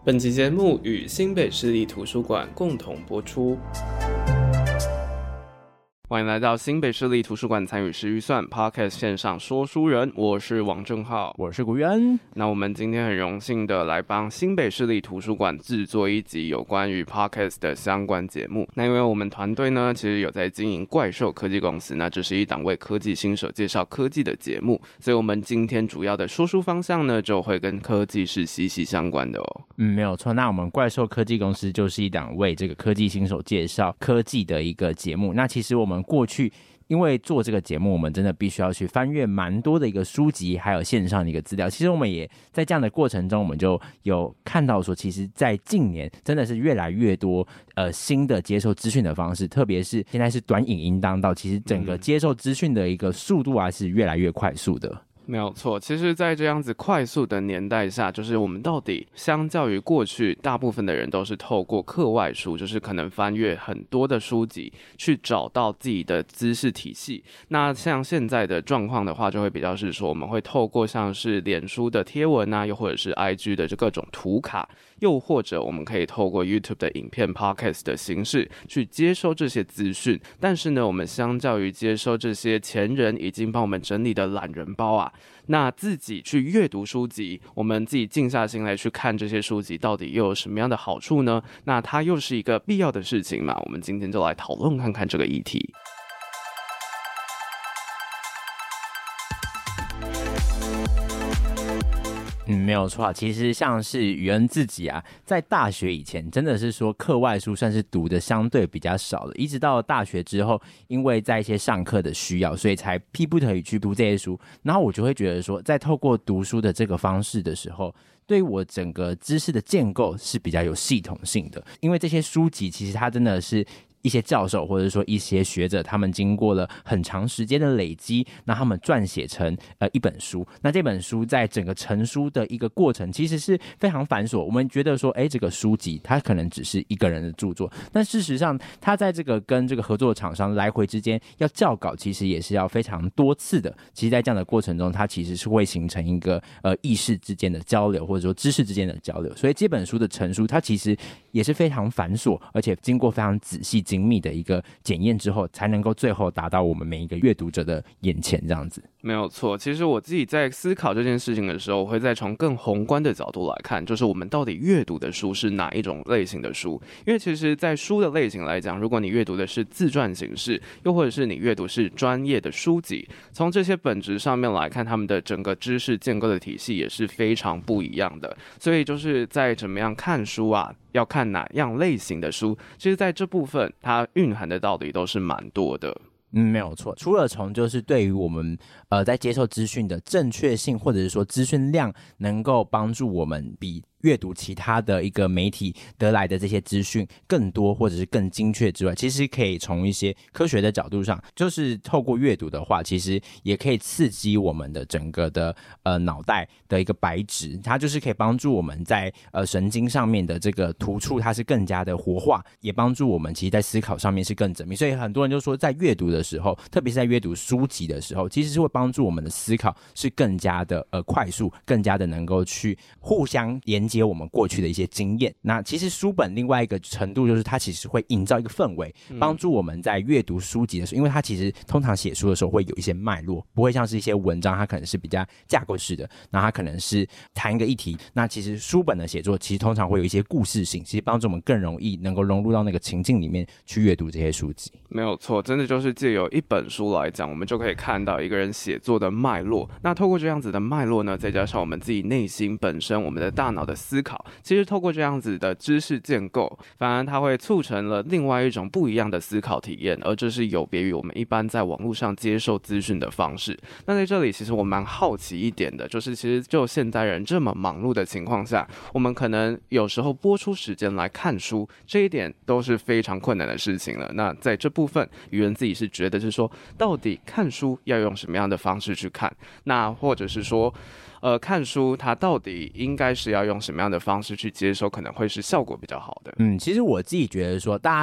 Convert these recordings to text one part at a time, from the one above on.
本期节目与新北市立图书馆共同播出。欢迎来到新北市立图书馆参与式预算 Podcast 线上说书人，我是王正浩， 我是古元。 那我们今天很荣幸的来帮新北市立图书馆制作一集有关于 Podcast 的相关节目。那因为我们团队呢，其实有在经营怪兽科技公司，那这是一档为科技新手介绍科技的节目，所以我们今天主要的说书方向呢，就会跟科技是息息相关的哦。 没有错。那我们怪兽科技公司就是一档为这个科技新手介绍科技的一个节目。那其实我们过去因为做这个节目，我们真的必须要去翻阅蛮多的一个书籍，还有线上的一个资料。其实我们也在这样的过程中，我们就有看到说，其实在近年真的是越来越多新的接受资讯的方式，特别是现在是短影音当道，其实整个接受资讯的一个速度啊是越来越快速的。 没有错，其实在这样子快速的年代下，就是我们到底相较于过去，大部分的人都是透过课外书，就是可能翻阅很多的书籍去找到自己的知识体系。那像现在的状况的话，就会比较是说，我们会透过像是脸书的贴文啊，又或者是 IG 的这各种图卡，又或者我们可以透过 YouTube 的影片 Podcast 的形式去接收这些资讯。但是呢，我们相较于接收这些前人已经帮我们整理的懒人包啊，那自己去阅读书籍，我们自己静下心来去看这些书籍到底又有什么样的好处呢？那它又是一个必要的事情嘛？我们今天就来讨论看看这个议题。 没有错。其实像是宇恩自己啊，在大学以前真的是说课外书算是读的相对比较少的，一直到大学之后，因为在一些上课的需要，所以才逼不得已去读这些书。然后我就会觉得说，在透过读书的这个方式的时候，对于我整个知识的建构是比较有系统性的，因为这些书籍其实它真的是一些教授或者说一些学者，他们经过了很长时间的累积，那他们撰写成一本书。那这本书在整个成书的一个过程其实是非常繁琐。我们觉得说，这个书籍它可能只是一个人的著作，但事实上，它在这个跟这个合作的厂商来回之间要校稿，其实也是要非常多次的。其实，在这样的过程中，它其实是会形成一个意识之间的交流，或者说知识之间的交流。所以这本书的成书，它其实也是非常繁琐，而且经过非常仔细精密的一个检验之后，才能够最后达到我们每一个阅读者的眼前这样子。 没有错，其实我自己在思考这件事情的时候，我会再从更宏观的角度来看，就是我们到底阅读的书是哪一种类型的书。因为其实在书的类型来讲，如果你阅读的是自传形式，又或者是你阅读是专业的书籍，从这些本质上面来看，他们的整个知识建构的体系也是非常不一样的。所以就是在怎么样看书啊，要看哪样类型的书，其实在这部分它蕴含的道理都是蛮多的。 没有错。除了从就是对于我们在接受资讯的正确性，或者是说资讯量能够帮助我们比阅读其他的一个媒体得来的这些资讯更多或者是更精确之外，其实可以从一些科学的角度上，就是透过阅读的话，其实也可以刺激我们的整个的脑袋的一个白质，它就是可以帮助我们在神经上面的这个突触它是更加的活化，也帮助我们其实在思考上面是更缜密。所以很多人就说在阅读的时候，特别是在阅读书籍的时候，其实是会帮助我们的思考是更加的快速，更加的能够去互相连接我们过去的一些经验。那其实书本另外一个程度就是它其实会营造一个氛围，帮助我们在阅读书籍的时候，因为它其实通常写书的时候会有一些脉络，不会像是一些文章它可能是比较架构式的，那它可能是谈一个议题。那其实书本的写作其实通常会有一些故事性，其实帮助我们更容易能够融入到那个情境里面去阅读这些书籍。 没有错，真的就是借由一本书来讲，我们就可以看到一个人写作的脉络。那透过这样子的脉络呢，再加上我们自己内心本身我们的大脑的思考，其实透过这样子的知识建构，反而它会促成了另外一种不一样的思考体验，而这是有别于我们一般在网络上接受资讯的方式。那在这里其实我蛮好奇一点的，就是其实就现代人这么忙碌的情况下，我们可能有时候拨出时间来看书，这一点都是非常困难的事情了。那在这部分，宇文自己是觉得是说，到底看书要用什么样的方式去看，那或者是说看书它到底应该是要用什么样的方式去接收，可能会是效果比较好的。 其实我自己觉得说，大家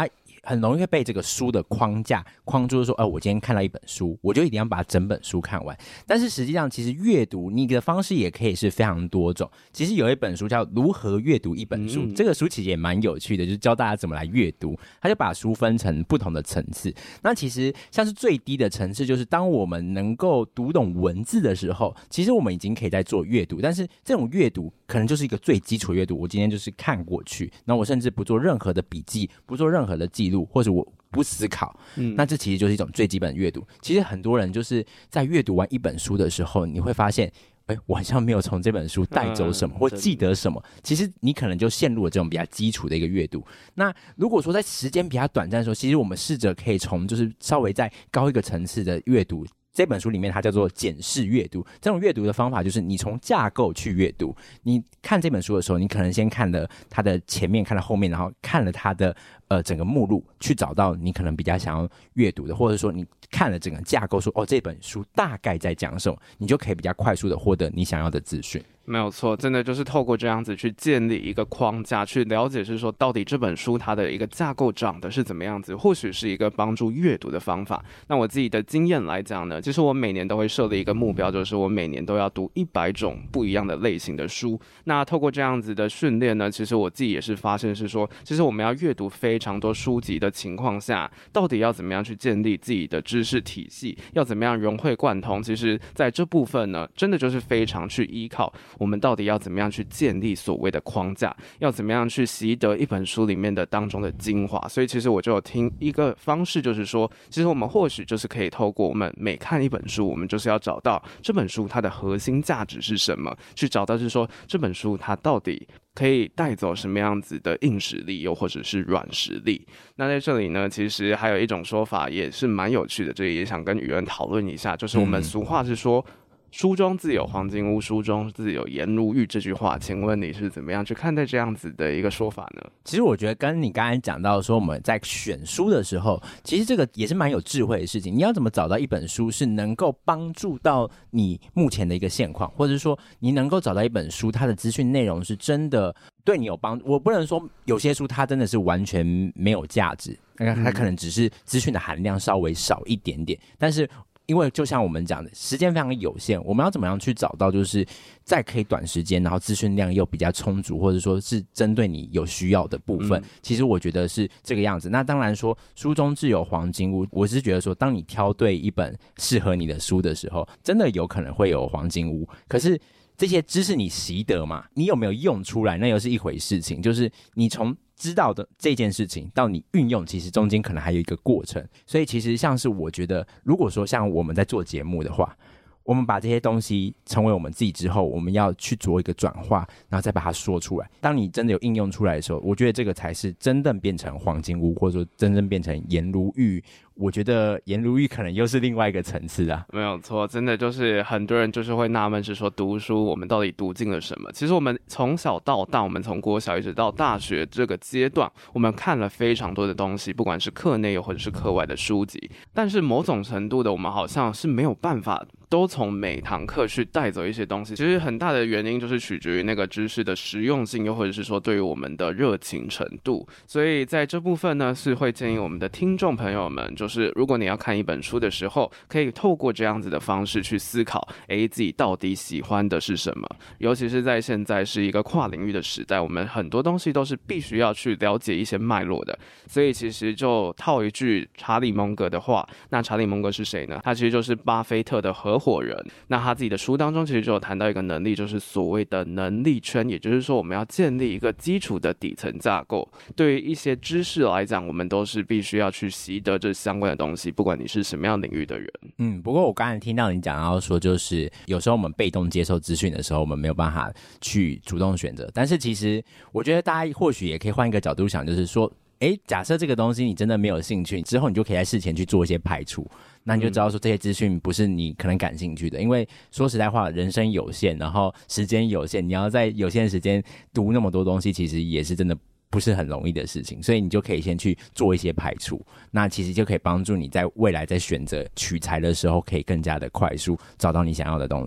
很容易会被这个书的框架框住，说我今天看到一本书，我就一定要把整本书看完。但是实际上其实阅读你的方式也可以是非常多种。其实有一本书叫如何阅读一本书，这个书其实也蛮有趣的，就是教大家怎么来阅读。他就把书分成不同的层次，那其实像是最低的层次，就是当我们能够读懂文字的时候，其实我们已经可以在做阅读。但是这种阅读可能就是一个最基础的阅读，我今天就是看过去，那我甚至不做任何的笔记，不做任何的记录，或者我不思考，那这其实就是一种最基本的阅读。其实很多人就是在阅读完一本书的时候，你会发现我好像没有从这本书带走什么，或记得什么，其实你可能就陷入了这种比较基础的一个阅读。那如果说在时间比较短暂的时候，其实我们试着可以从就是稍微再高一个层次的阅读。这本书里面它叫做检视阅读，这种阅读的方法就是你从架构去阅读。你看这本书的时候，你可能先看了它的前面，看了后面，然后看了它的整个目录，去找到你可能比较想要阅读的，或者说你看了整个架构说这本书大概在讲什么，你就可以比较快速的获得你想要的资讯。 没有错，真的就是透过这样子去建立一个框架，去了解是说到底这本书它的一个架构长的是怎么样子，或许是一个帮助阅读的方法。那我自己的经验来讲呢，其实我每年都会设立一个目标，就是我每年都要读100种不一样的类型的书。那透过这样子的训练呢，其实我自己也是发现是说，其实我们要阅读非常多书籍的情况下，到底要怎么样去建立自己的知识体系，要怎么样融会贯通，其实在这部分呢，真的就是非常去依靠我们到底要怎么样去建立所谓的框架，要怎么样去习得一本书里面的当中的精华。所以其实我就有听一个方式，就是说其实我们或许就是可以透过我们每看一本书，我们就是要找到这本书它的核心价值是什么，去找到就是说这本书它到底可以带走什么样子的硬实力，又或者是软实力。那在这里呢，其实还有一种说法也是蛮有趣的，这里也想跟宇恩讨论一下，就是我们俗话是说书中自有黄金屋，书中自有颜如玉这句话，请问你是怎么样去看待这样子的一个说法呢？ 其实我觉得跟你刚才讲到说我们在选书的时候，其实这个也是蛮有智慧的事情。你要怎么找到一本书是能够帮助到你目前的一个现况，或者说你能够找到一本书它的资讯内容是真的对你有帮助。我不能说有些书它真的是完全没有价值，它可能只是资讯的含量稍微少一点点，但是因为就像我们讲的，时间非常有限，我们要怎么样去找到就是在可以短时间，然后资讯量又比较充足，或者说是针对你有需要的部分，其实我觉得是这个样子。那当然说书中自有黄金屋，我是觉得说当你挑对一本适合你的书的时候，真的有可能会有黄金屋。可是这些知识你习得嘛，你有没有用出来，那又是一回事情。就是你从知道的这件事情到你运用，其实中间可能还有一个过程。所以其实像是我觉得，如果说像我们在做节目的话，我们把这些东西成为我们自己之后，我们要去做一个转化，然后再把它说出来。当你真的有应用出来的时候，我觉得这个才是真正变成黄金屋，或者说真正变成颜如玉。我觉得颜如玉可能又是另外一个层次啊。 没有错，真的就是很多人就是会纳闷是说读书我们到底读进了什么。其实我们从小到大，我们从国小一直到大学这个阶段，我们看了非常多的东西，不管是课内又或者是课外的书籍，但是某种程度的我们好像是没有办法都从每堂课去带走一些东西。其实很大的原因就是取决于那个知识的实用性，又或者是说对于我们的热情程度。所以在这部分呢，是会建议我们的听众朋友们，就是如果你要看一本书的时候，可以透过这样子的方式去思考，自己到底喜欢的是什么。尤其是在现在是一个跨领域的时代，我们很多东西都是必须要去了解一些脉络的。所以其实就套一句查理蒙格的话，那查理蒙格是谁呢？他其实就是巴菲特的合伙人。那他自己的书当中其实就有谈到一个能力，就是所谓的能力圈，也就是说我们要建立一个基础的底层架构。对于一些知识来讲，我们都是必须要去习得这相关的东西，不管你是什么样领域的人。 不过我刚才听到你讲到说，就是有时候我们被动接受资讯的时候，我们没有办法去主动选择。但是其实我觉得大家或许也可以换一个角度想，就是说假设这个东西你真的没有兴趣，之后你就可以在事前去做一些排除，那你就知道说这些资讯不是你可能感兴趣的。因为说实在话，人生有限，然后时间有限，你要在有限的时间读那么多东西，其实也是真的不是很容易的事情。所以你就可以先去做一些排除，那其实就可以帮助你在未来在选择取材的时候可以更加的快速找到你想要的东西。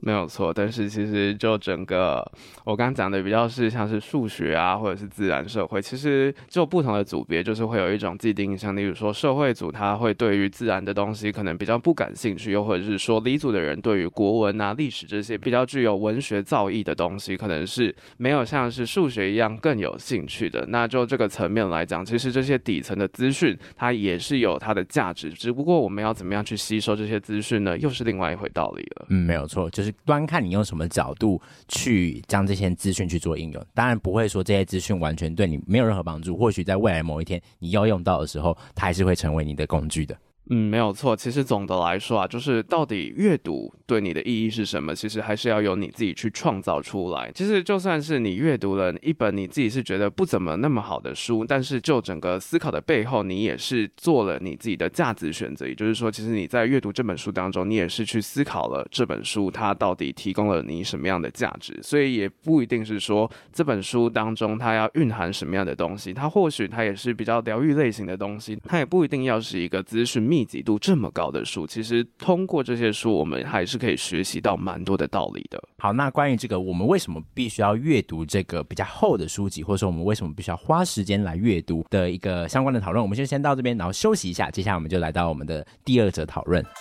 没有错，但是其实就整个我刚刚讲的比较是像是数学啊，或者是自然社会，其实就不同的组别就是会有一种既定印象，例如说社会组他会对于自然的东西可能比较不感兴趣，又或者是说理组的人对于国文啊、历史这些比较具有文学造诣的东西，可能是没有像是数学一样更有兴趣的。那就这个层面来讲，其实这些底层的资讯它也是有它的价值，只不过我们要怎么样去吸收这些资讯呢，又是另外一回道理了。 没有错，就是端看你用什么角度去将这些资讯去做应用。当然不会说这些资讯完全对你没有任何帮助，或许在未来某一天你要用到的时候，它还是会成为你的工具的。 没有错。其实总的来说啊，就是到底阅读对你的意义是什么，其实还是要由你自己去创造出来。其实就算是你阅读了一本你自己是觉得不怎么那么好的书，但是就整个思考的背后，你也是做了你自己的价值选择。也就是说，其实你在阅读这本书当中，你也是去思考了这本书它到底提供了你什么样的价值。所以也不一定是说这本书当中它要蕴含什么样的东西，它或许它也是比较疗愈类型的东西，它也不一定要是一个资讯密集度这么高的书。其实通过这些书，我们还是可以学习到蛮多的道理的。 好，那关于这个我们为什么必须要阅读这个比较厚的书籍，或者说我们为什么必须要花时间来阅读的一个相关的讨论，我们就先到这边，然后休息一下，接下来我们就来到我们的第二则讨论。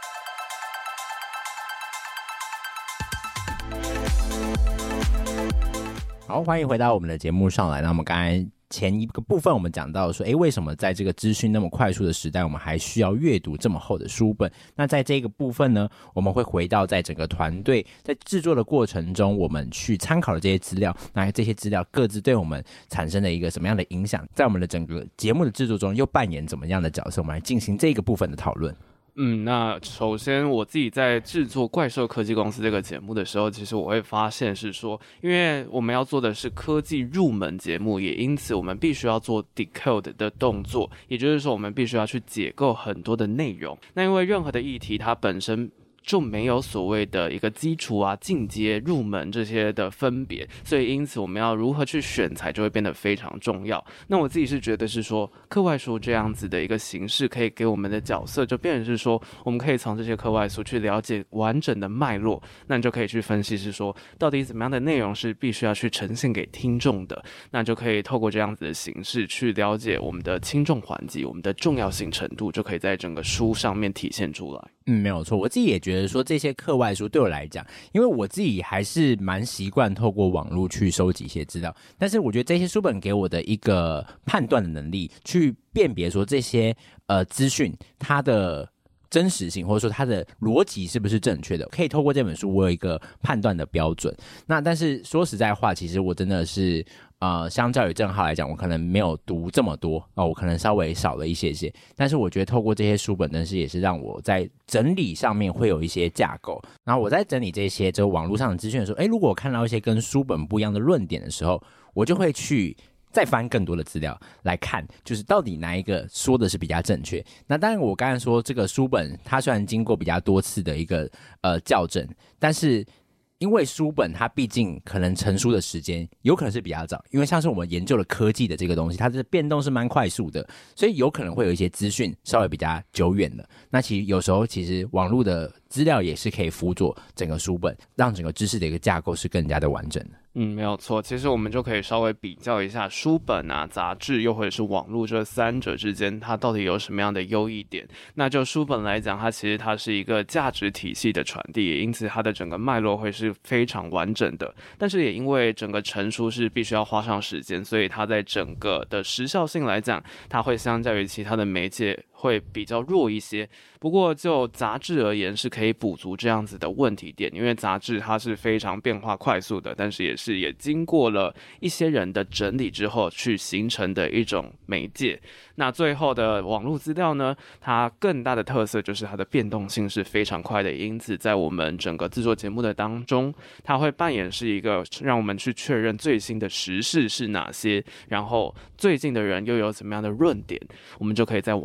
好，欢迎回到我们的节目上来。那我们刚才前一个部分我们讲到说，为什么在这个资讯那么快速的时代，我们还需要阅读这么厚的书本？那在这个部分呢，我们会回到在整个团队在制作的过程中，我们去参考的这些资料，那这些资料各自对我们产生了一个什么样的影响，在我们的整个节目的制作中又扮演怎么样的角色？我们来进行这个部分的讨论。 那首先我自己在制作怪兽科技公司这个节目的时候，其实我会发现是说，因为我们要做的是科技入门节目，也因此我们必须要做 decode 的动作，也就是说我们必须要去解构很多的内容。那因为任何的议题它本身就没有所谓的一个基础啊、进阶、入门这些的分别，所以因此我们要如何去选材就会变得非常重要。那我自己是觉得是说，课外书这样子的一个形式可以给我们的角色，就变成是说，我们可以从这些课外书去了解完整的脉络，那你就可以去分析是说，到底怎么样的内容是必须要去呈现给听众的，那就可以透过这样子的形式去了解我们的轻重缓急，我们的重要性程度，就可以在整个书上面体现出来。 没有错，我自己也觉得说这些课外书对我来讲，因为我自己还是蛮习惯透过网络去收集一些资料，但是我觉得这些书本给我的一个判断的能力，去辨别说这些资讯它的真实性，或者说它的逻辑是不是正确的，可以透过这本书我有一个判断的标准。那但是说实在话，其实我真的是相较于正浩来讲，我可能没有读这么多我可能稍微少了一些些，但是我觉得透过这些书本，但是也是让我在整理上面会有一些架构。然后我在整理这些就网络上的资讯的时候，如果我看到一些跟书本不一样的论点的时候，我就会去再翻更多的资料来看，就是到底哪一个说的是比较正确。那当然我刚才说这个书本它虽然经过比较多次的一个校正，但是因为书本它毕竟可能成书的时间有可能是比较早，因为像是我们研究了科技的这个东西，它的变动是蛮快速的，所以有可能会有一些资讯稍微比较久远的。那其实有时候其实网络的资料也是可以辅佐整个书本，让整个知识的一个架构是更加的完整的。 没有错。其实我们就可以稍微比较一下书本啊、杂志又或者是网络这三者之间，它到底有什么样的优异点。那就书本来讲，它其实它是一个价值体系的传递，也因此它的整个脉络会是非常完整的。但是也因为整个成书是必须要花上时间，所以它在整个的时效性来讲，它会相较于其他的媒介会比较弱一些。不过就杂志而言，是可以补足这样子的问题点，因为杂志它是非常变化快速的，但是也经过了一些人的整理之后去形成的一种媒介。那最后的网络资料呢，它更大的特色就是它的变动性是非常快的，因此在我们整个制作节目的当中，它会扮演是一个让我们去确认最新的时事是哪些，然后最近的人又有怎么样的论点，我们就可以在网络上面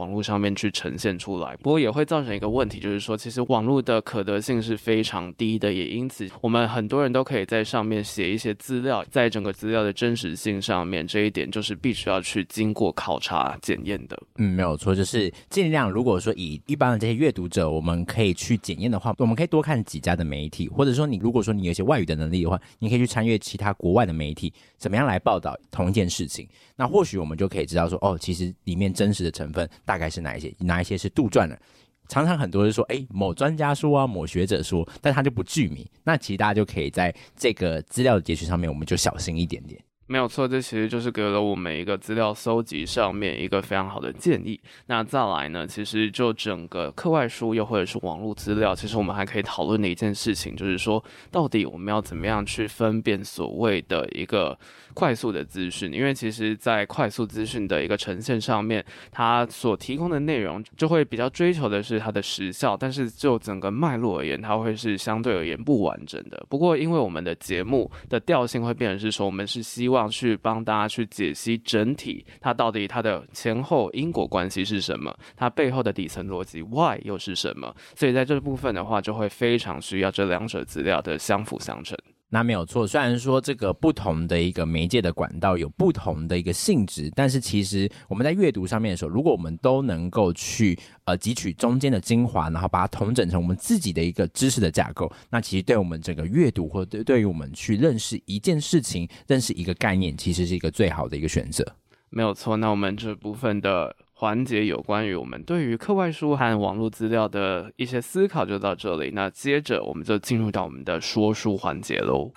面去呈现出来。不过也会造成一个问题，就是说其实网络的可得性是非常低的，也因此我们很多人都可以在上面写一些资料，在整个资料的真实性上面，这一点就是必须要去经过考察检验的。 没有错，就是尽量如果说以一般的这些阅读者，我们可以去检验的话，我们可以多看几家的媒体，或者说如果说你有一些外语的能力的话，你可以去参阅其他国外的媒体怎么样来报道同一件事情。那或许我们就可以知道说，其实里面真实的成分大概是哪一些是杜撰的。常常很多人说，某专家说啊，某学者说，但他就不具名。那其实大家就可以在这个资料的截取上面，我们就小心一点点。 没有错，这其实就是给了我们一个资料搜集上面一个非常好的建议。那再来呢，其实就整个课外书又或者是网络资料，其实我们还可以讨论的一件事情，就是说到底我们要怎么样去分辨所谓的一个快速的资讯。因为其实在快速资讯的一个呈现上面，它所提供的内容就会比较追求的是它的时效，但是就整个脉络而言，它会是相对而言不完整的。不过因为我们的节目的调性会变成是说，我们是希望去帮大家去解析整体它到底它的前后因果关系是什么，它背后的底层逻辑 why 又是什么，所以在这部分的话就会非常需要这两者资料的相辅相成。 那没有错，虽然说这个不同的一个媒介的管道有不同的一个性质，但是其实我们在阅读上面的时候，如果我们都能够去汲取中间的精华，然后把它统整成我们自己的一个知识的架构，那其实对我们整个阅读或对于我们去认识一件事情、认识一个概念，其实是一个最好的一个选择。 没有错，那我们这部分的环节有关于我们对于课外书和网络资料的一些思考就到这里，那接着我们就进入到我们的说书环节咯。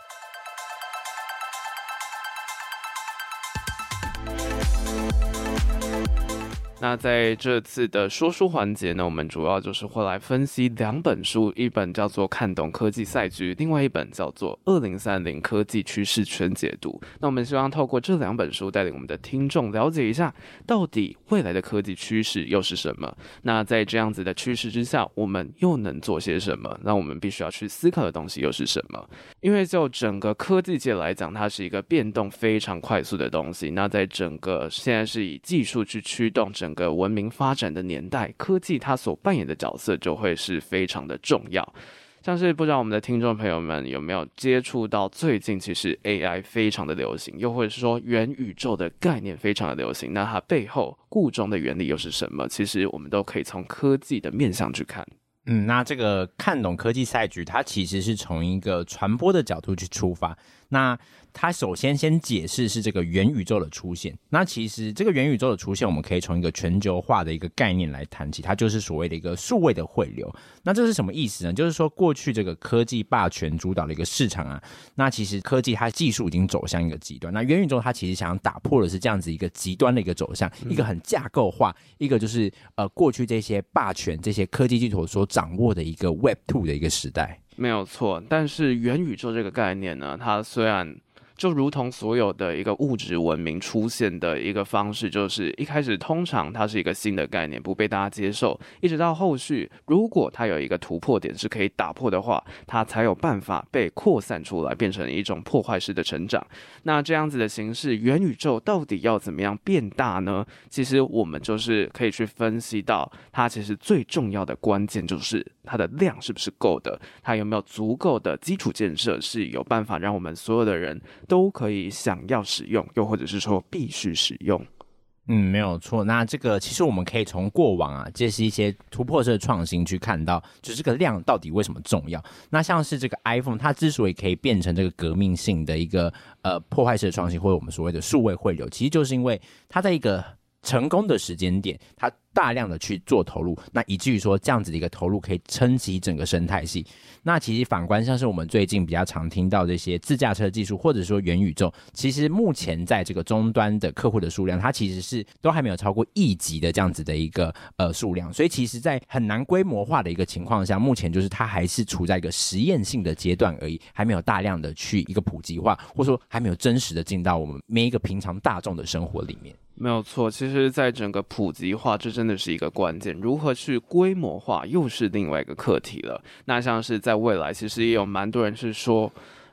那在这次的说书环节呢，我们主要就是会来分析两本书，一本叫做《看懂科技赛局》，另外一本叫做《2030科技趋势全解读》。那我们希望透过这两本书带领我们的听众了解一下，到底未来的科技趋势又是什么？那在这样子的趋势之下，我们又能做些什么？那我们必须要去思考的东西又是什么？因为就整个科技界来讲，它是一个变动非常快速的东西。那在整个现在是以技术去驱动整个文明发展的年代，科技它所扮演的角色就会是非常的重要。像是不知道我们的听众朋友们有没有接触到最近其实 AI 非常的流行，又或者是说元宇宙的概念非常的流行，那它背后固中的原理又是什么？其实我们都可以从科技的面向去看。 那这个看懂科技赛局，它其实是从一个传播的角度去出发。那它首先解释是这个元宇宙的出现。那其实这个元宇宙的出现，我们可以从一个全球化的一个概念来谈起，它就是所谓的一个数位的汇流。那这是什么意思呢？就是说过去这个科技霸权主导的一个市场啊，那其实科技它技术已经走向一个极端，那元宇宙它其实想要打破的是这样子一个极端的一个走向，一个很架构化，一个就是过去这些霸权这些科技巨头所掌握的一个 Web2 的一个时代。 没有错，但是元宇宙这个概念呢，它虽然就如同所有的一个物质文明出现的一个方式，就是一开始通常它是一个新的概念，不被大家接受，一直到后续如果它有一个突破点是可以打破的话，它才有办法被扩散出来，变成一种破坏式的成长。那这样子的形式，元宇宙到底要怎么样变大呢？其实我们就是可以去分析到，它其实最重要的关键就是它的量是不是够的，它有没有足够的基础建设，是有办法让我们所有的人都可以想要使用，又或者是说必须使用。 没有错。那这个其实我们可以从过往啊，这是一些突破式的创新去看到，就这个量到底为什么重要。那像是这个 iPhone， 它之所以可以变成这个革命性的一个破坏式的创新，或者我们所谓的数位汇流，其实就是因为它在一个成功的时间点，它大量的去做投入，那以至于说这样子的一个投入可以撑起整个生态系。那其实反观像是我们最近比较常听到这些自驾车技术，或者说元宇宙，其实目前在这个终端的客户的数量，它其实是都还没有超过亿级的这样子的一个数量，所以其实在很难规模化的一个情况下，目前就是它还是处在一个实验性的阶段而已，还没有大量的去一个普及化，或者说还没有真实的进到我们每一个平常大众的生活里面。 没有错，其实在整个普及化，这真的是一个关键，如何去规模化又是另外一个课题了。那像是在未来，其实也有蛮多人是说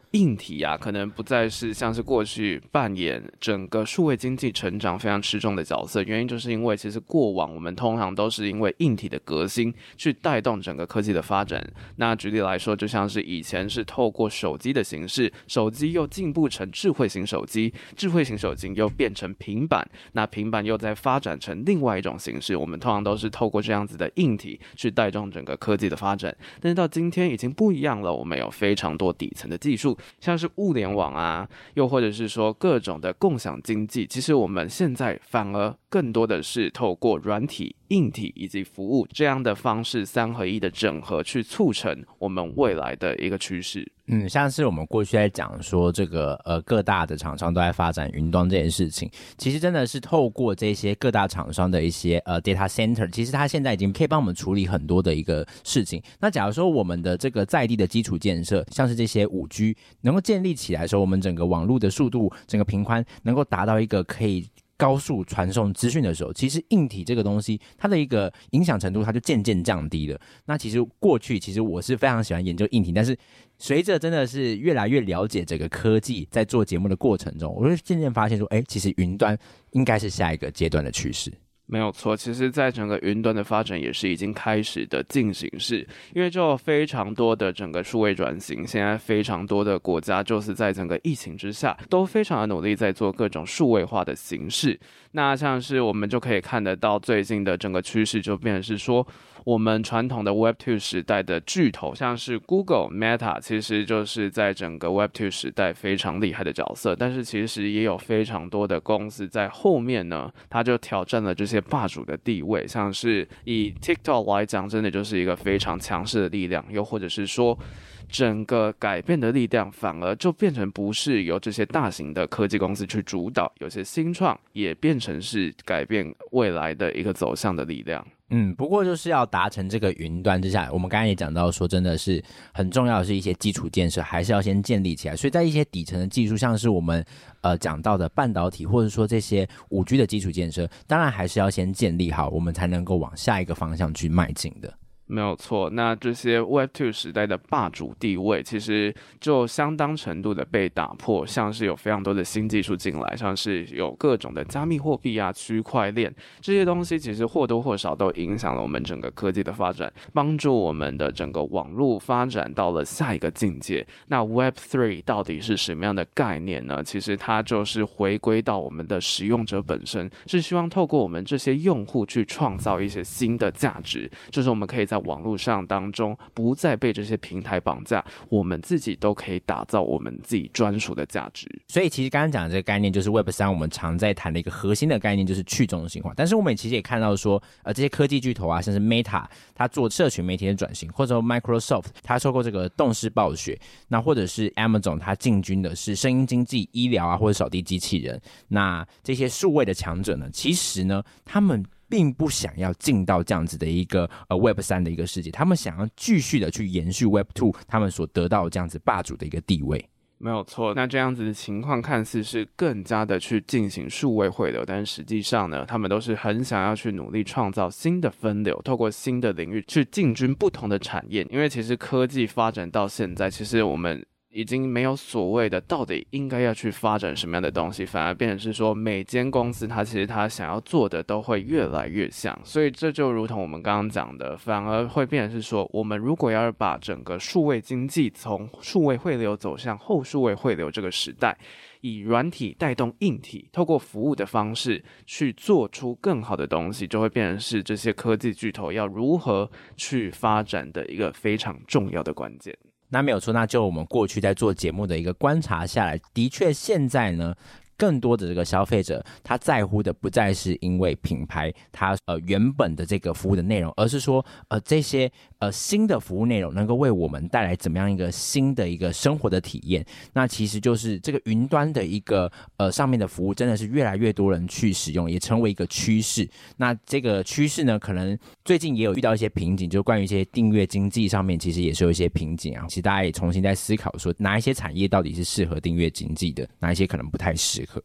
硬体啊，可能不再是像是过去扮演整个数位经济成长非常吃重的角色，原因就是因为其实过往我们通常都是因为硬体的革新去带动整个科技的发展。那举例来说，就像是以前是透过手机的形式，手机又进步成智慧型手机，智慧型手机又变成平板，那平板又再发展成另外一种形式，我们通常都是透过这样子的硬体去带动整个科技的发展。但是到今天已经不一样了，我们有非常多底层的技术，像是物联网啊，又或者是说各种的共享经济，其实我们现在反而更多的是透过软体、硬体以及服务这样的方式3合1的整合，去促成我们未来的一个趋势。 像是我们过去在讲说这个各大的厂商都在发展云端这件事情，其实真的是透过这些各大厂商的一些data center， 其实它现在已经可以帮我们处理很多的一个事情。那假如说我们的这个在地的基础建设，像是这些5G 能够建立起来的时候，我们整个网络的速度、整个频宽能够达到一个可以高速传送资讯的时候，其实硬体这个东西它的一个影响程度它就渐渐降低了。那其实过去其实我是非常喜欢研究硬体，但是随着真的是越来越了解这个科技，在做节目的过程中，我就渐渐发现说，其实云端应该是下一个阶段的趋势。 没有错，其实在整个云端的发展也是已经开始的进行式，因为就有非常多的整个数位转型，现在非常多的国家就是在整个疫情之下都非常的努力在做各种数位化的形式。那像是我们就可以看得到最近的整个趋势就变成是说，我们传统的 Web2 时代的巨头，像是 Google、Meta， 其实就是在整个 Web2 时代非常厉害的角色，但是其实也有非常多的公司在后面呢，它就挑战了这些霸主的地位，像是以 TikTok 来讲，真的就是一个非常强势的力量，又或者是说整个改变的力量反而就变成不是由这些大型的科技公司去主导，有些新创也变成是改变未来的一个走向的力量。 不过就是要达成这个云端之下，我们刚才也讲到说，真的是很重要的是一些基础建设还是要先建立起来，所以在一些底层的技术，像是我们讲到的半导体，或者说这些5G 的基础建设，当然还是要先建立好，我们才能够往下一个方向去迈进的。 没有错，那这些 Web2 时代的霸主地位其实就相当程度的被打破，像是有非常多的新技术进来，像是有各种的加密货币啊、区块链这些东西，其实或多或少都影响了我们整个科技的发展，帮助我们的整个网络发展到了下一个境界。那 Web3 到底是什么样的概念呢？其实它就是回归到我们的使用者本身，是希望透过我们这些用户去创造一些新的价值，就是我们可以在网络上当中不再被这些平台绑架，我们自己都可以打造我们自己专属的价值。 所以其实刚刚讲的这个概念就是 Web3 我们常在谈的一个核心的概念，就是去中心化。但是我们其实也看到说这些科技巨头啊，像是 Meta 它做社群媒体的转型，或者说 Microsoft 它收购这个动视暴雪，那或者是 Amazon 它进军的是声音经济、医疗啊，或者扫地机器人。那这些数位的强者呢，其实呢他们并不想要进到这样子的一个Web3 的一个世界，他们想要继续的去延续 Web2 他们所得到的这样子霸主的一个地位。 没有错，那这样子的情况看似是更加的去进行数位汇流，但是实际上呢，他们都是很想要去努力创造新的分流，透过新的领域去进军不同的产业。因为其实科技发展到现在，其实我们已经没有所谓的到底应该要去发展什么样的东西，反而变成是说每间公司它其实它想要做的都会越来越像，所以这就如同我们刚刚讲的，反而会变成是说，我们如果要把整个数位经济从数位汇流走向后数位汇流这个时代，以软体带动硬体，透过服务的方式去做出更好的东西，就会变成是这些科技巨头要如何去发展的一个非常重要的关键。 那没有错，那就我们过去在做节目的一个观察下来，的确现在呢更多的这个消费者他在乎的不再是因为品牌它原本的这个服务的内容，而是说这些新的服务内容能够为我们带来怎么样一个新的一个生活的体验。那其实就是这个云端的一个上面的服务真的是越来越多人去使用，也成为一个趋势。那这个趋势呢，可能最近也有遇到一些瓶颈，就关于一些订阅经济上面其实也是有一些瓶颈啊。其实大家也重新在思考说哪一些产业到底是适合订阅经济的，哪一些可能不太适合。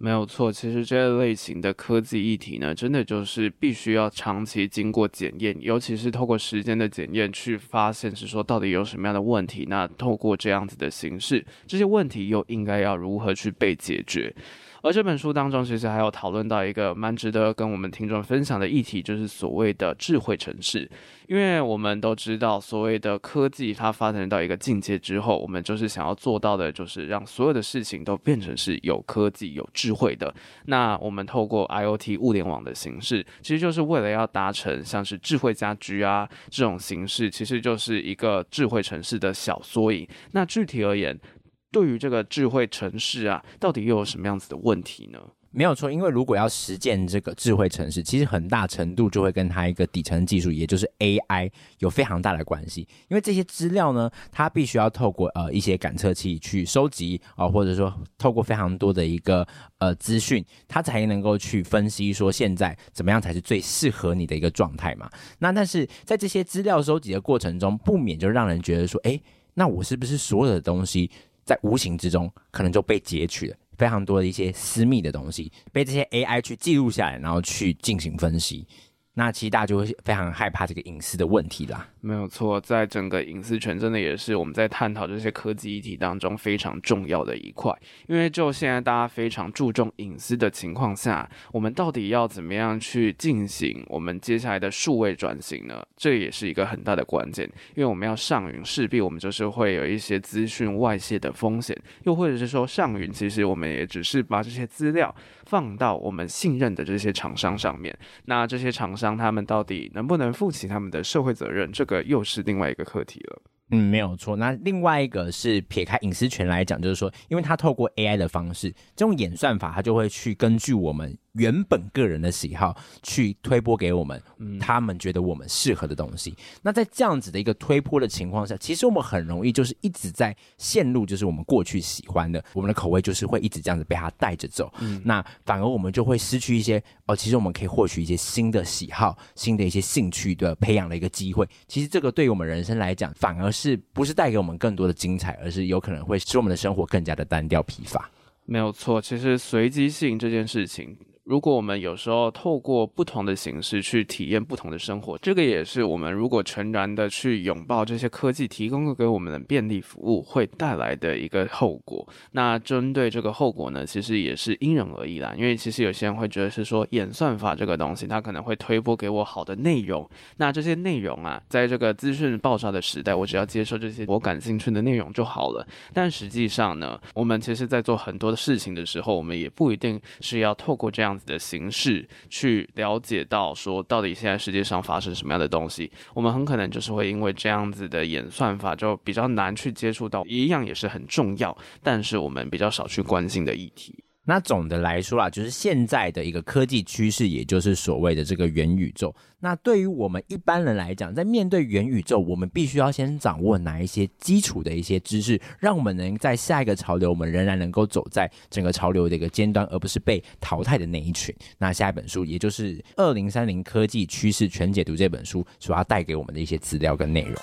没有错，其实这类型的科技议题呢，真的就是必须要长期经过检验，尤其是透过时间的检验去发现是说到底有什么样的问题，那透过这样子的形式，这些问题又应该要如何去被解决。而这本书当中，其实还有讨论到一个蛮值得跟我们听众分享的议题，就是所谓的智慧城市。因为我们都知道，所谓的科技它发展到一个境界之后，我们就是想要做到的，就是让所有的事情都变成是有科技、有智慧的。那我们透过 IoT 物联网的形式，其实就是为了要达成像是智慧家居啊这种形式，其实就是一个智慧城市的小缩影。那具体而言，对于这个智慧城市啊，到底又有什么样子的问题呢？ 没有错，因为如果要实践这个智慧城市，其实很大程度就会跟它一个底层技术，也就是 AI 有非常大的关系。因为这些资料呢，它必须要透过一些感测器去收集或者说透过非常多的一个资讯，它才能够去分析说现在怎么样才是最适合你的一个状态嘛。那但是在这些资料收集的过程中，不免就让人觉得说，那我是不是所有的东西在无形之中可能就被截取了？非常多的一些私密的东西被这些 AI 去记录下来，然后去进行分析。那其实大家就会非常害怕这个隐私的问题啦。 没有错，在整个隐私权真的也是我们在探讨这些科技议题当中非常重要的一块。因为就现在大家非常注重隐私的情况下，我们到底要怎么样去进行我们接下来的数位转型呢？这也是一个很大的关键。因为我们要上云，势必我们就是会有一些资讯外泄的风险，又或者是说上云，其实我们也只是把这些资料放到我们信任的这些厂商上面。那这些厂商他们到底能不能负起他们的社会责任，这个又是另外一个课题了。 没有错。那另外一个是撇开隐私权来讲，就是说，因为它透过 AI 的方式，这种演算法它就会去根据我们原本个人的喜好去推播给我们他们觉得我们适合的东西。那在这样子的一个推播的情况下，其实我们很容易就是一直在陷入就是我们过去喜欢的，我们的口味就是会一直这样子被它带着走。那反而我们就会失去一些其实我们可以获取一些新的喜好、新的一些兴趣的培养的一个机会。其实这个对于我们人生来讲，反而是不是带给我们更多的精彩，而是有可能会使我们的生活更加的单调疲乏。 没有错，其实随机性这件事情，如果我们有时候透过不同的形式去体验不同的生活，这个也是我们如果全然的去拥抱这些科技提供给我们的便利服务会带来的一个后果。那针对这个后果呢，其实也是因人而异啦。因为其实有些人会觉得是说演算法这个东西，它可能会推播给我好的内容，那这些内容啊，在这个资讯爆炸的时代，我只要接受这些我感兴趣的内容就好了。但实际上呢，我们其实在做很多的事情的时候，我们也不一定是要透过这样子的形式去了解到说到底现在世界上发生什么样的东西。我们很可能就是会因为这样子的演算法就比较难去接触到一样也是很重要，但是我们比较少去关心的议题。 那总的来说啦，就是现在的一个科技趋势，也就是所谓的这个元宇宙。那对于我们一般人来讲，在面对元宇宙，我们必须要先掌握哪一些基础的一些知识，让我们能在下一个潮流，我们仍然能够走在整个潮流的一个尖端，而不是被淘汰的那一群。那下一本书，也就是《2030科技趋势全解读》这本书所要带给我们的一些资料跟内容。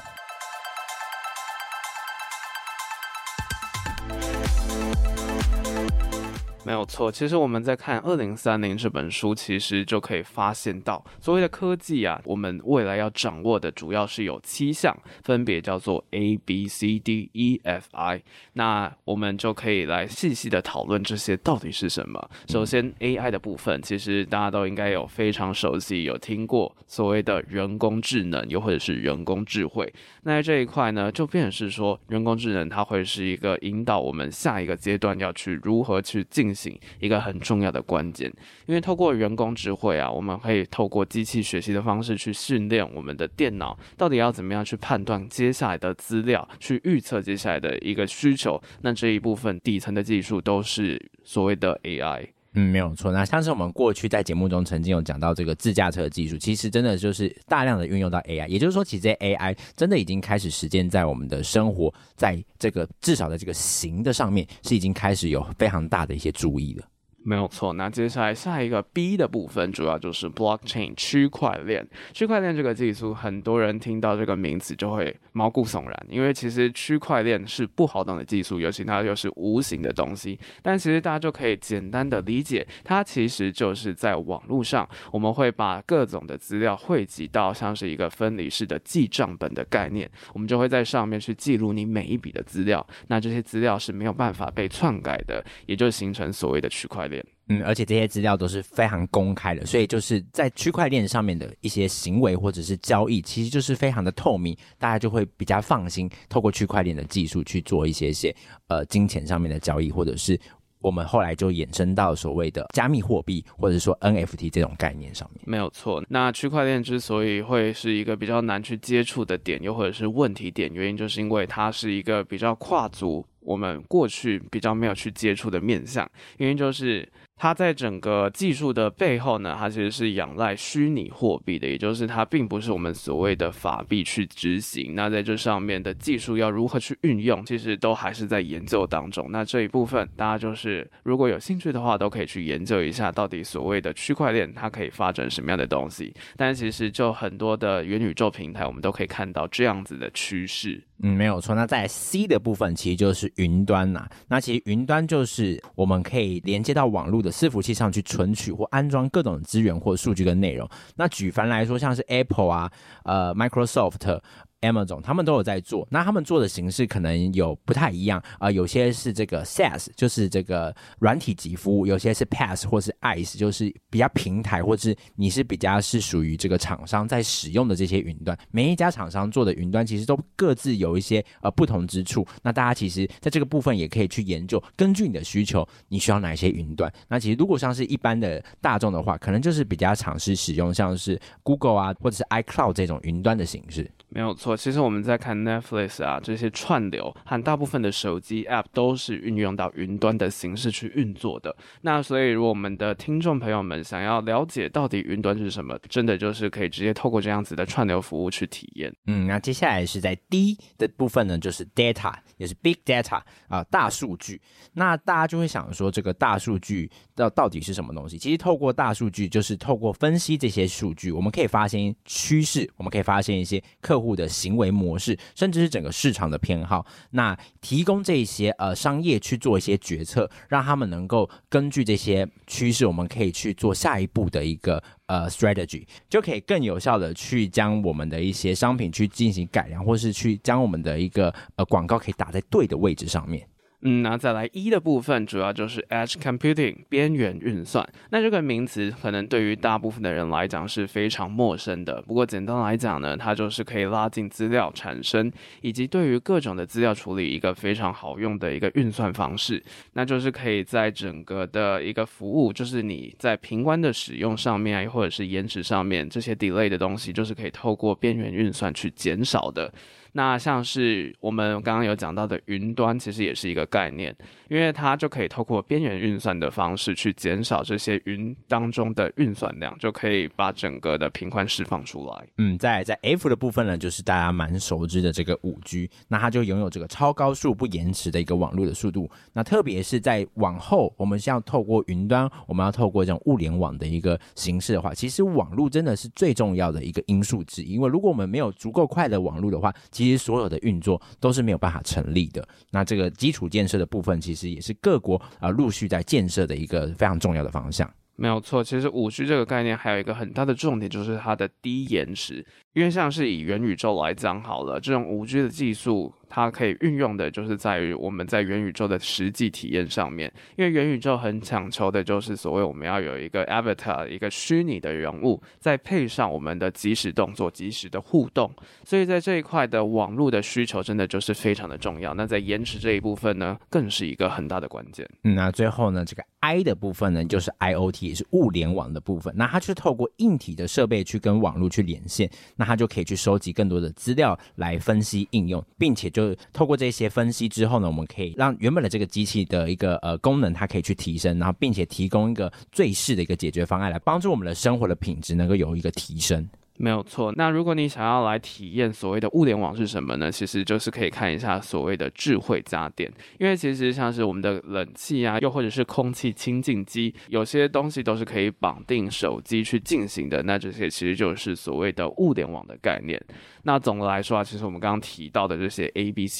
没有错，其实我们在看2030这本书，其实就可以发现到所谓的科技啊，我们未来要掌握的主要是有7项，分别叫做 A、B、C、D、E、F、I。 那我们就可以来细细的讨论这些到底是什么。首先 AI 的部分，其实大家都应该有非常熟悉，有听过所谓的人工智能，又或者是人工智慧。那在这一块呢，就变成是说人工智能它会是一个引导我们下一个阶段要去如何去进行一个很重要的关键。因为透过人工智慧啊，我们可以透过机器学习的方式去训练我们的电脑到底要怎么样去判断接下来的资料，去预测接下来的一个需求。那这一部分底层的技术都是所谓的 AI。 没有错。那像是我们过去在节目中曾经有讲到这个自驾车的技术，其实真的就是大量的运用到 AI， 也就是说其实这些 AI 真的已经开始实践在我们的生活，在这个至少在这个行的上面是已经开始有非常大的一些注意了。 没有错，那接下来下一个 B 的部分主要就是 blockchain 区块链。区块链这个技术，很多人听到这个名词就会毛骨悚然，因为其实区块链是不好懂的技术，尤其它又是无形的东西。但其实大家就可以简单的理解，它其实就是在网络上，我们会把各种的资料汇集到像是一个分离式的记账本的概念，我们就会在上面去记录你每一笔的资料，那这些资料是没有办法被篡改的，也就形成所谓的区块链。 而且这些资料都是非常公开的，所以就是在区块链上面的一些行为或者是交易，其实就是非常的透明，大家就会比较放心，透过区块链的技术去做一些金钱上面的交易，或者是我们后来就衍生到所谓的加密货币或者说 NFT 这种概念上面。 没有错，那区块链之所以会是一个比较难去接触的点，又或者是问题点，原因就是因为它是一个比较跨足我们过去比较没有去接触的面向，原因就是它在整个技术的背后呢，它其实是仰赖虚拟货币的，也就是它并不是我们所谓的法币去执行。那在这上面的技术要如何去运用，其实都还是在研究当中。那这一部分大家就是如果有兴趣的话，都可以去研究一下，到底所谓的区块链它可以发展什么样的东西。但其实就很多的元宇宙平台，我们都可以看到这样子的趋势。 没有错。那在 C 的部分其实就是云端啦。那其实云端就是我们可以连接到网络的伺服器上去存取或安装各种资源或数据跟内容。那举凡来说，像是 Apple 啊、Microsoft、Amazon 他们都有在做，那他们做的形式可能有不太一样有些是这个 SaaS 就是这个软体级服务，有些是 PaaS 或是 IaaS 就是比较平台，或是你是比较是属于这个厂商在使用的这些云端。每一家厂商做的云端其实都各自有一些不同之处，那大家其实在这个部分也可以去研究，根据你的需求你需要哪一些云端。那其实如果像是一般的大众的话，可能就是比较尝试使用像是 Google 啊或者是 iCloud 这种云端的形式。 没有错，其实我们在看 Netflix 啊，这些串流和大部分的手机 App 都是运用到云端的形式去运作的。那所以如果我们的听众朋友们想要了解到底云端是什么，真的就是可以直接透过这样子的串流服务去体验。 那接下来是在 D 的部分呢，就是 Data 也是 Big Data 大数据。那大家就会想说，这个大数据到底是什么东西？其实透过大数据就是透过分析这些数据，我们可以发现趋势，我们可以发现一些客户的行为模式，甚至是整个市场的偏好，那提供这些商业去做一些决策，让他们能够根据这些趋势，我们可以去做下一步的一个strategy， 就可以更有效的去将我们的一些商品去进行改良，或是去将我们的一个广告可以打在对的位置上面。 那再来一的部分主要就是 Edge Computing 边缘运算。那这个名词可能对于大部分的人来讲是非常陌生的，不过简单来讲呢，它就是可以拉进资料产生以及对于各种的资料处理一个非常好用的一个运算方式。那就是可以在整个的一个服务，就是你在频宽的使用上面或者是延迟上面这些 delay 的东西，就是可以透过边缘运算去减少的。那像是我们刚刚有讲到的云端，其实也是一个概念，因为它就可以透过边缘运算的方式去减少这些云当中的运算量，就可以把整个的频宽释放出来。 在 F 的部分呢，就是大家蛮熟知的这个 5G， 那它就拥有这个超高速不延迟的一个网络的速度。那特别是在往后，我们要透过云端，我们要透过这种物联网的一个形式的话，其实网络真的是最重要的一个因素之一，因为如果我们没有足够快的网络的话，其实所有的运作都是没有办法成立的。那这个基础建设的部分，其实也是各国陆续在建设的一个非常重要的方向。 没有错，其实 5G 这个概念还有一个很大的重点，就是它的低延迟。因为像是以元宇宙来讲好了，这种 5G 的技术它可以运用的就是在于我们在元宇宙的实际体验上面。因为元宇宙很讲求的就是所谓我们要有一个 avatar， 一个虚拟的人物，再配上我们的即时动作、即时的互动，所以在这一块的网络的需求真的就是非常的重要。那在延迟这一部分呢，更是一个很大的关键。 那最后呢，这个 I 的部分呢，就是 IoT， 也是物联网的部分。那它就是透过硬体的设备去跟网络去连线，那它就可以去收集更多的资料来分析应用，并且就透过这些分析之后呢，我们可以让原本的这个机器的一个功能它可以去提升，然后并且提供一个最适的一个解决方案，来帮助我们的生活的品质能够有一个提升。 没有错。那如果你想要来体验所谓的物联网是什么呢？其实就是可以看一下所谓的智慧家电，因为其实像是我们的冷气啊，又或者是空气清净机，有些东西都是可以绑定手机去进行的。那这些其实就是所谓的物联网的概念。那总的来说啊，其实我们刚刚提到的这些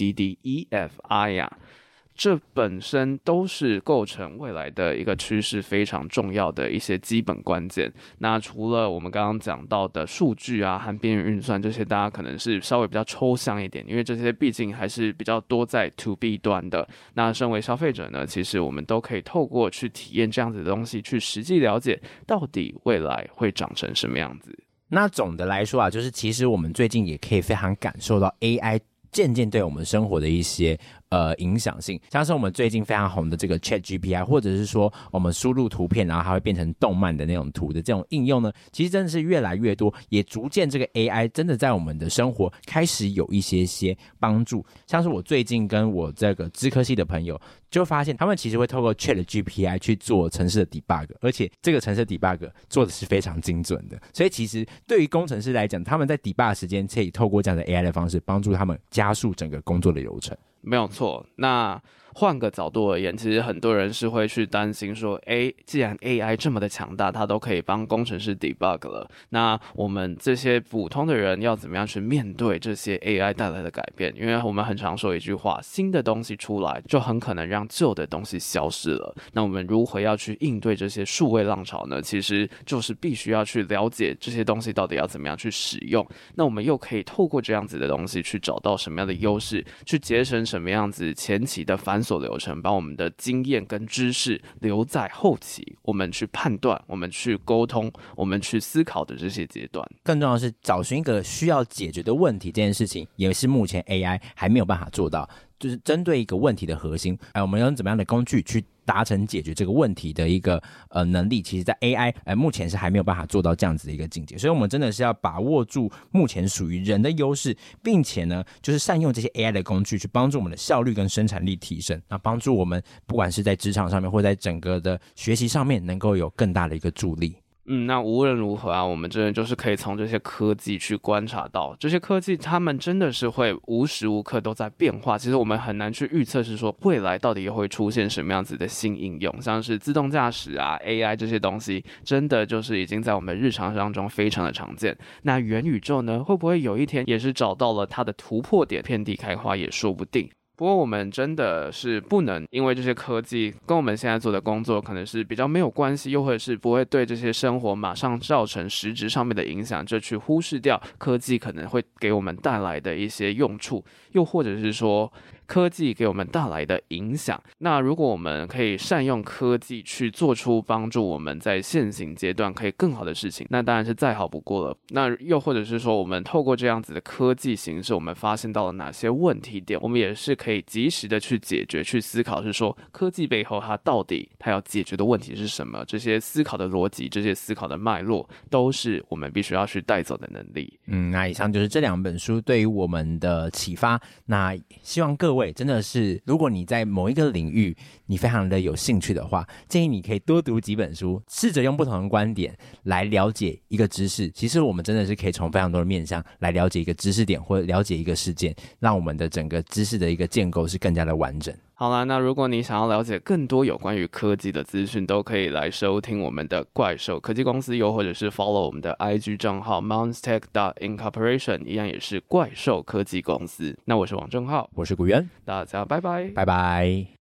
ABCDEFI 呀，这本身都是构成未来的一个趋势非常重要的一些基本关键。那除了我们刚刚讲到的数据啊和边缘运算这些，大家可能是稍微比较抽象一点，因为这些毕竟还是比较多在 to B 端的。那身为消费者呢，其实我们都可以透过去体验这样子的东西，去实际了解到底未来会长成什么样子。 那总的来说啊，就是其实我们最近也可以非常感受到 AI 渐渐对我们生活的一些影响性，像是我们最近非常红的这个 ChatGPT， 或者是说我们输入图片然后它会变成动漫的那种图的这种应用呢，其实真的是越来越多，也逐渐这个 AI 真的在我们的生活开始有一些帮助。像是我最近跟我这个资科系的朋友就发现，他们其实会透过 ChatGPT 去做程式的 debug， 而且这个程式的 debug 做的是非常精准的。所以其实对于工程师来讲，他们在 debug 时间可以透过这样的 AI 的方式帮助他们加速整个工作的流程。 没有错。那换个角度而言，其实很多人是会去担心说，既然 AI 这么的强大，它都可以帮工程师 debug 了，那我们这些普通的人要怎么样去面对这些 AI 带来的改变？因为我们很常说一句话，新的东西出来就很可能让旧的东西消失了。那我们如何要去应对这些数位浪潮呢？其实就是必须要去了解这些东西到底要怎么样去使用。那我们又可以透过这样子的东西去找到什么样的优势，去节省什么样子前期的繁琐流程，把我们的经验跟知识留在后期，我们去判断，我们去沟通，我们去思考的这些阶段。 更重要的是找寻一个需要解决的问题，这件事情也是目前 AI 还没有办法做到，就是针对一个问题的核心，我们用怎么样的工具去达成解决这个问题的一个能力，其实在 AI 目前是还没有办法做到这样子的一个境界。所以我们真的是要把握住目前属于人的优势，并且呢就是善用这些 AI 的工具去帮助我们的效率跟生产力提升，那帮助我们不管是在职场上面或在整个的学习上面能够有更大的一个助力。 那无论如何啊，我们真的就是可以从这些科技去观察到，这些科技他们真的是会无时无刻都在变化。其实我们很难去预测是说未来到底又会出现什么样子的新应用，像是自动驾驶啊、AI 这些东西，真的就是已经在我们日常当中非常的常见。那元宇宙呢，会不会有一天也是找到了它的突破点，遍地开花也说不定。不过我们真的是不能因为这些科技跟我们现在做的工作可能是比较没有关系，又或者是不会对这些生活马上造成实质上面的影响，就去忽视掉科技可能会给我们带来的一些用处，又或者是说科技给我们带来的影响。那如果我们可以善用科技去做出帮助我们在现行阶段可以更好的事情，那当然是再好不过了。那又或者是说我们透过这样子的科技形式，我们发现到了哪些问题点，我们也是可以及时的去解决，去思考是说科技背后它要解决的问题是什么，这些思考的逻辑，这些思考的脉络都是我们必须要去带走的能力。 那以上就是这两本书对于我们的启发。那希望各位真的是，如果你在某一个领域你非常的有兴趣的话，建议你可以多读几本书，试着用不同的观点来了解一个知识。其实我们真的是可以从非常多的面向来了解一个知识点，或者了解一个事件，让我们的整个知识的一个建构是更加的完整。 好啦，那如果你想要了解更多有关于科技的资讯，都可以来收听我们的怪兽科技公司，又或者是 follow 我们的 IG 账号 monstech.incorporation， 一样也是怪兽科技公司。那我是王正浩， 我是古元， 大家拜拜， 拜拜。